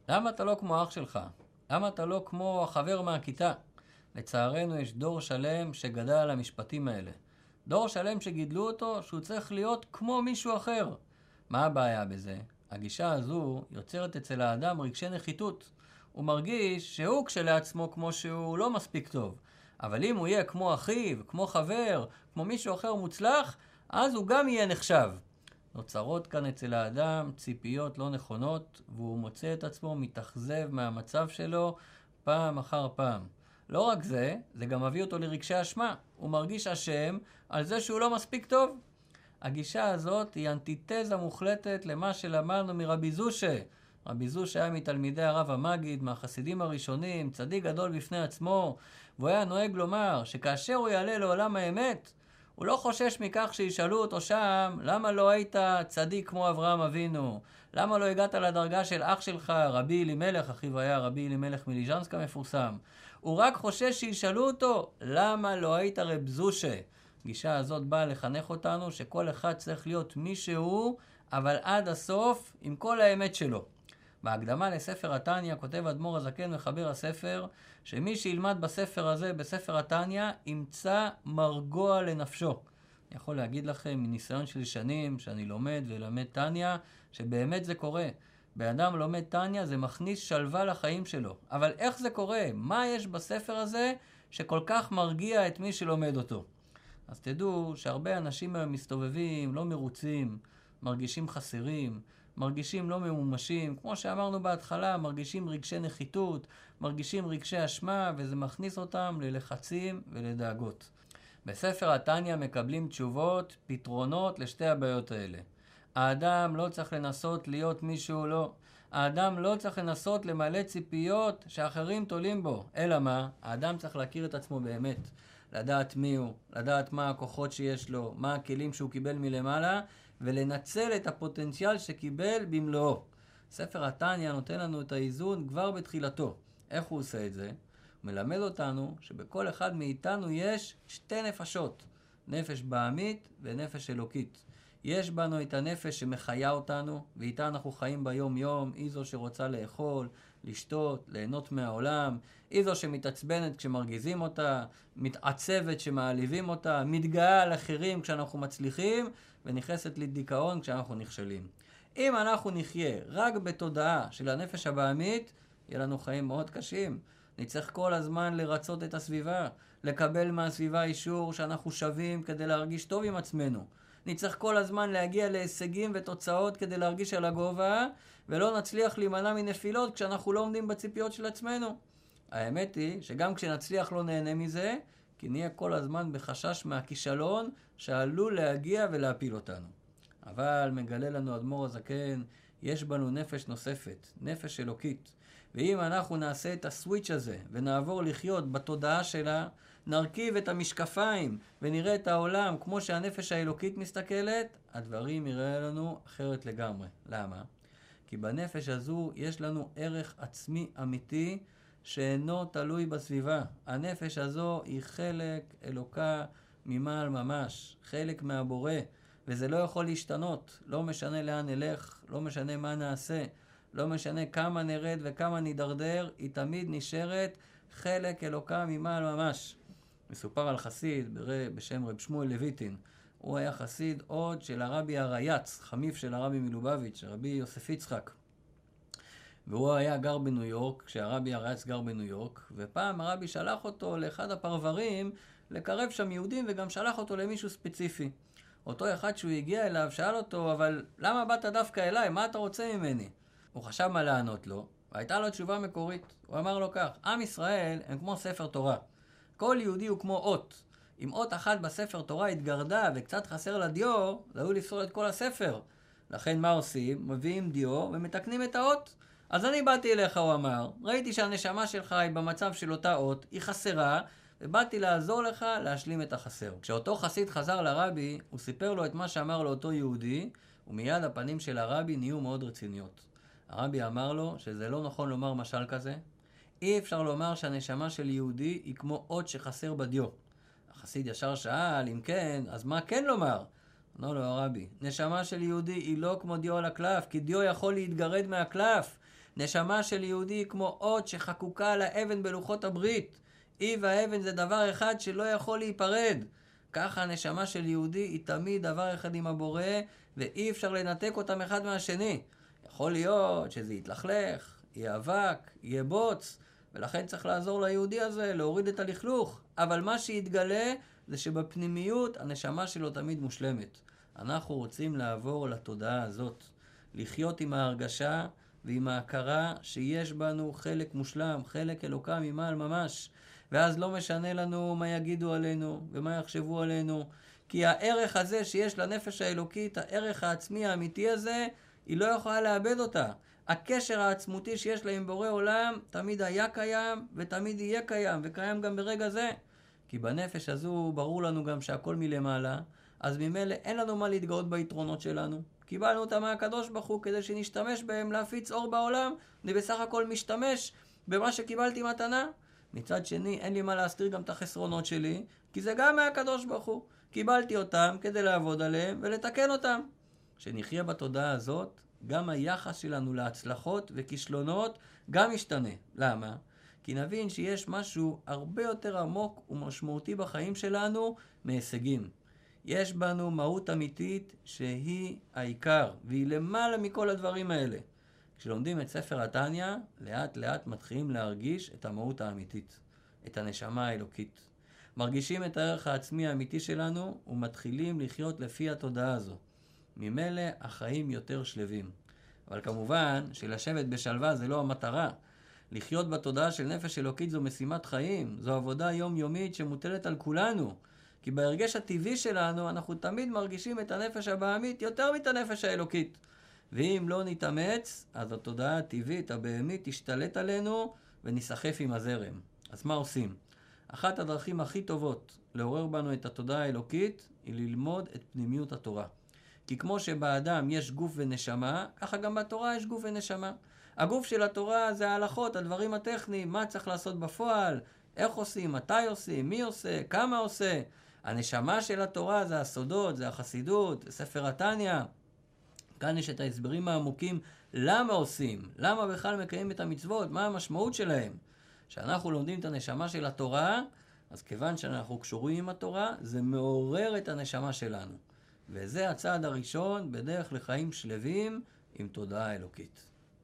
למה אתה לא כמו אח שלך? למה אתה לא כמו החבר מהכיתה? לצערנו יש דור שלם שגדל על המשפטים האלה. דור שלם שגידלו אותו שהוא צריך להיות כמו מישהו אחר. מה הבעיה בזה? הגישה הזו יוצרת אצל האדם רגשי נחיתות. הוא מרגיש שהוא כשלעצמו כמו שהוא לא מספיק טוב. אבל אם הוא יהיה כמו אחיו, כמו חבר, כמו מישהו אחר מוצלח, אז הוא גם יהיה נחשב. נוצרות כאן אצל האדם ציפיות לא נכונות, והוא מוצא את עצמו מתאכזב מהמצב שלו פעם אחר פעם. לא רק זה, זה גם מביא אותו לרגשי אשמה. הוא מרגיש אשם על זה שהוא לא מספיק טוב. הגישה הזאת היא אנטיתזה מוחלטת למה שלמדנו מרבי זושה. רבי זושה היה מתלמידי הרב המגיד, מהחסידים הראשונים, צדיק גדול בפני עצמו, והוא היה נוהג לומר שכאשר הוא יעלה לעולם האמת, הוא לא חושש מכך שישאלו אותו שם, למה לא היית צדיק כמו אברהם אבינו? למה לא הגעת לדרגה של אח שלך, רבי אלימלך, אחיו היה רבי אלימלך מליז'נסק המפורסם? הוא רק חושש שישאלו אותו, למה לא היית רב זושה? הגישה הזאת באה לחנך אותנו שכל אחד צריך להיות מי שהוא, אבל עד הסוף עם כל האמת שלו. בהקדמה לספר התניא כותב אדמו"ר הזקן מחבר הספר, שמי שילמד בספר הזה, בספר התניא, ימצא מרגוע לנפשו. אני יכול להגיד לכם מניסיון של שנים שאני לומד ולמד תניא, שבאמת זה קורה. באדם לומד תניא זה מכניס שלווה לחיים שלו. אבל איך זה קורה? מה יש בספר הזה שכל כך מרגיע את מי שלומד אותו? אז תדעו שהרבה אנשים היום מסתובבים, לא מרוצים, מרגישים חסרים, מרגישים לא ממומשים, כמו שאמרנו בהתחלה, מרגישים רגשי נחיתות, מרגישים רגשי אשמה, וזה מכניס אותם ללחצים ולדאגות. בספר התניא מקבלים תשובות, פתרונות לשתי הבעיות האלה. האדם לא צריך לנסות להיות מישהו לא. האדם לא צריך לנסות למלא ציפיות שאחרים תולים בו. אלא מה? האדם צריך להכיר את עצמו באמת. לדעת מי הוא, לדעת מה הכוחות שיש לו, מה הכלים שהוא קיבל מלמעלה, ולנצל את הפוטנציאל שקיבל במלואו. ספר התניא נותן לנו את האיזון כבר בתחילתו. איך הוא עושה את זה? הוא מלמד אותנו שבכל אחד מאיתנו יש שתי נפשות, נפש בהמית ונפש אלוקית. יש בנו את הנפש שמחיה אותנו, ואיתה אנחנו חיים ביום יום, היא זו שרוצה לאכול, לשתות, ליהנות מהעולם, היא זו שמתעצבנת כשמרגיזים אותה, מתעצבת שמעליבים אותה, מתגאה על אחרים כשאנחנו מצליחים, ונכנסת לדיכאון כשאנחנו נכשלים. אם אנחנו נחיה רק בתודעה של הנפש הבהמית, יהיה לנו חיים מאוד קשים. נצטרך כל הזמן לרצות את הסביבה, לקבל מהסביבה אישור שאנחנו שווים כדי להרגיש טוב עם עצמנו. נצטרך כל הזמן להגיע להישגים ותוצאות כדי להרגיש על הגובה, ולא נצליח להימנע מנפילות כשאנחנו לא עומדים בציפיות של עצמנו. האמת היא שגם כשנצליח לא נהנה מזה, כי נהיה כל הזמן בחשש מהכישלון שעלול להגיע ולהפיל אותנו. אבל מגלה לנו אדמו"ר הזקן, יש בנו נפש נוספת, נפש אלוקית. ואם אנחנו נעשה את הסוויץ' הזה ונעבור לחיות בתודעה שלה, נרכיב את המשקפיים ונראה את העולם כמו שהנפש האלוקית מסתכלת, הדברים יראה לנו אחרת לגמרי. למה? כי בנפש הזו יש לנו ערך עצמי אמיתי שאינו תלוי בסביבה. הנפש הזו היא חלק אלוקה ממעל ממש, חלק מהבורא, וזה לא יכול להשתנות. לא משנה לאן נלך, לא משנה מה נעשה, לא משנה כמה נרד וכמה נדרדר, היא תמיד נשארת חלק אלוקה ממעל ממש. מסופר על חסיד בשם רב שמואל לויטין. הוא היה חסיד עוד של הרבי הרייץ, חמיף של הרבי מלובביץ', הרבי יוסף יצחק. והוא היה גר בניו יורק, כשהרבי הרייץ גר בניו יורק, ופעם הרבי שלח אותו לאחד הפרברים לקרב שם יהודים, וגם שלח אותו למישהו ספציפי. אותו אחד שהוא הגיע אליו שאל אותו, אבל למה באת דווקא אליי? מה אתה רוצה ממני? הוא חשב מה לענות לו, והייתה לו תשובה מקורית. הוא אמר לו כך, עם ישראל הם כמו ספר תורה. כל יהודי הוא כמו אות. אם אות אחת בספר תורה התגרדה וקצת חסר לה דיו, זה היו לפסול את כל הספר. לכן מה עושים? מביאים דיו ומתקנים את האות. אז אני באתי אליך, הוא אמר, ראיתי שהנשמה שלך היא במצב של אותה אות, היא חסרה, ובאתי לעזור לך להשלים את החסר. כשאותו חסיד חזר לרבי, הוא סיפר לו את מה שאמר לו אותו יהודי, ומיד הפנים של הרבי נהיו מאוד רציניות. הרבי אמר לו שזה לא נכון לומר משל כזה. אי אפשר לומר שהנשמה של יהודי היא כמו אות שחסר בדיו. החסיד ישר שאל, אם כן, אז מה כן לומר? אמר לו הרבי, נשמה של יהודי היא לא כמו דיו על הקלף, כי דיו יכול להתגרד מהקלף, נשמה של יהודי כמו אות שחקוקה על האבן בלוחות הברית. היא והאבן זה דבר אחד שלא יכול להיפרד. ככה הנשמה של יהודי היא תמיד דבר אחד עם הבורא, ואי אפשר לנתק אותם אחד מהשני. יכול להיות שזה יתלכלך, יהיה אבק, יהיה בוץ, ולכן צריך לעזור ליהודי הזה, להוריד את הלכלוך. אבל מה שיתגלה זה שבפנימיות הנשמה שלו תמיד מושלמת. אנחנו רוצים לעבור לתודעה הזאת, לחיות עם ההרגשה ועם ההכרה שיש בנו חלק מושלם, חלק אלוקה ממעל ממש. ואז לא משנה לנו מה יגידו עלינו ומה יחשבו עלינו, כי הערך הזה שיש לנפש האלוקית, הערך העצמי האמיתי הזה, היא לא יכולה לאבד אותה. הקשר העצמותי שיש לה עם בורא עולם תמיד היה קיים ותמיד יהיה קיים, וקיים גם ברגע זה. כי בנפש הזו ברור לנו גם שהכל מלמעלה, אז ממילא אין לנו מה להתגאות ביתרונות שלנו. קיבלנו אותם מהקדוש ברוך הוא כדי שנשתמש בהם להפיץ אור בעולם. אני בסך הכל משתמש במה שקיבלתי מתנה. מצד שני, אין לי מה להסתיר גם את החסרונות שלי, כי זה גם מהקדוש ברוך הוא. קיבלתי אותם כדי לעבוד עליהם ולתקן אותם. כשנחיה בתודעה הזאת, גם היחס שלנו להצלחות וכישלונות גם ישתנה. למה? כי נבין שיש משהו הרבה יותר עמוק ומשמעותי בחיים שלנו מהישגים. יש בנו מהות אמיתית שהיא העיקר, והיא למעלה מכל הדברים האלה. כשלומדים את ספר התניא, לאט לאט מתחילים להרגיש את המהות האמיתית, את הנשמה האלוקית. מרגישים את הערך העצמי האמיתי שלנו ומתחילים לחיות לפי התודעה הזו. ממילא החיים יותר שלווים. אבל כמובן שלשבת בשלווה זה לא המטרה. לחיות בתודעה של נפש אלוקית זו משימת חיים, זו עבודה יומיומית שמוטלת על כולנו. כי בהרגש הטבעי שלנו אנחנו תמיד מרגישים את הנפש הבהמית יותר מאת הנפש האלוקית. ואם לא נתאמץ, אז התודעה הטבעית, הבהמית, תשתלט עלינו ונסחף עם הזרם. אז מה עושים? אחת הדרכים הכי טובות לעורר בנו את התודעה האלוקית היא ללמוד את פנימיות התורה. כי כמו שבאדם יש גוף ונשמה, ככה גם בתורה יש גוף ונשמה. הגוף של התורה זה ההלכות, הדברים הטכניים, מה צריך לעשות בפועל, איך עושים, מתי עושים, מי עושה, כמה עושה. הנשמה של התורה זה הסודות, זה החסידות, זה ספר התניא. כאן יש את ההסברים העמוקים למה עושים, למה בכלל מקיים את המצוות, מה המשמעות שלהם. כשאנחנו לומדים את הנשמה של התורה, אז כיוון שאנחנו קשורים עם התורה, זה מעורר את הנשמה שלנו. וזה הצעד הראשון בדרך לחיים שלווים עם תודעה אלוקית.